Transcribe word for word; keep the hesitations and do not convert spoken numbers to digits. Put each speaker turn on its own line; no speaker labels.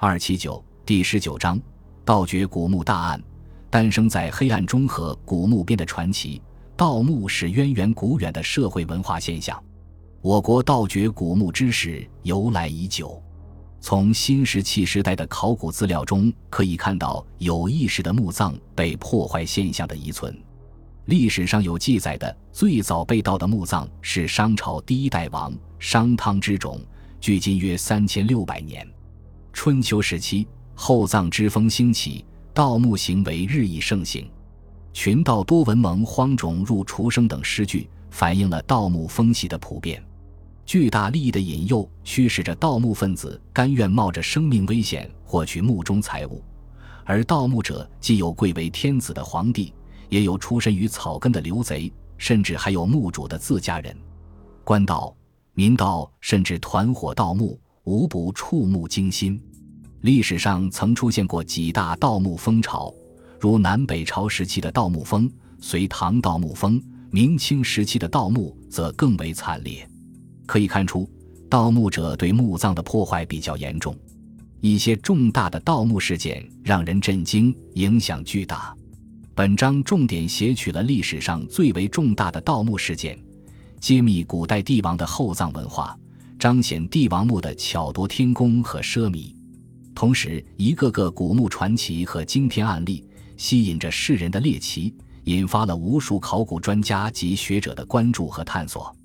二七九第十九章盗掘古墓大案。诞生在黑暗中和古墓边的传奇，盗墓是渊源古远的社会文化现象。我国盗掘古墓之事由来已久，从新石器时代的考古资料中可以看到有意识的墓葬被破坏现象的遗存。历史上有记载的最早被盗的墓葬是商朝第一代王商汤之冢，距今约三千六百年。春秋时期，厚葬之风兴起，盗墓行为日益盛行。群盗多闻蒙荒冢入厨生等诗句，反映了盗墓风气的普遍。巨大利益的引诱驱使着盗墓分子甘愿冒着生命危险获取墓中财物，而盗墓者既有贵为天子的皇帝，也有出身于草根的流贼，甚至还有墓主的自家人。官盗、民盗甚至团伙盗墓，无不触目惊心。历史上曾出现过几大盗墓风潮，如南北朝时期的盗墓风、隋唐盗墓风，明清时期的盗墓则更为惨烈。可以看出，盗墓者对墓葬的破坏比较严重。一些重大的盗墓事件让人震惊，影响巨大。本章重点写取了历史上最为重大的盗墓事件，揭秘古代帝王的厚葬文化，彰显帝王墓的巧夺天工和奢靡。同时，一个个古墓传奇和惊天案例吸引着世人的猎奇，引发了无数考古专家及学者的关注和探索。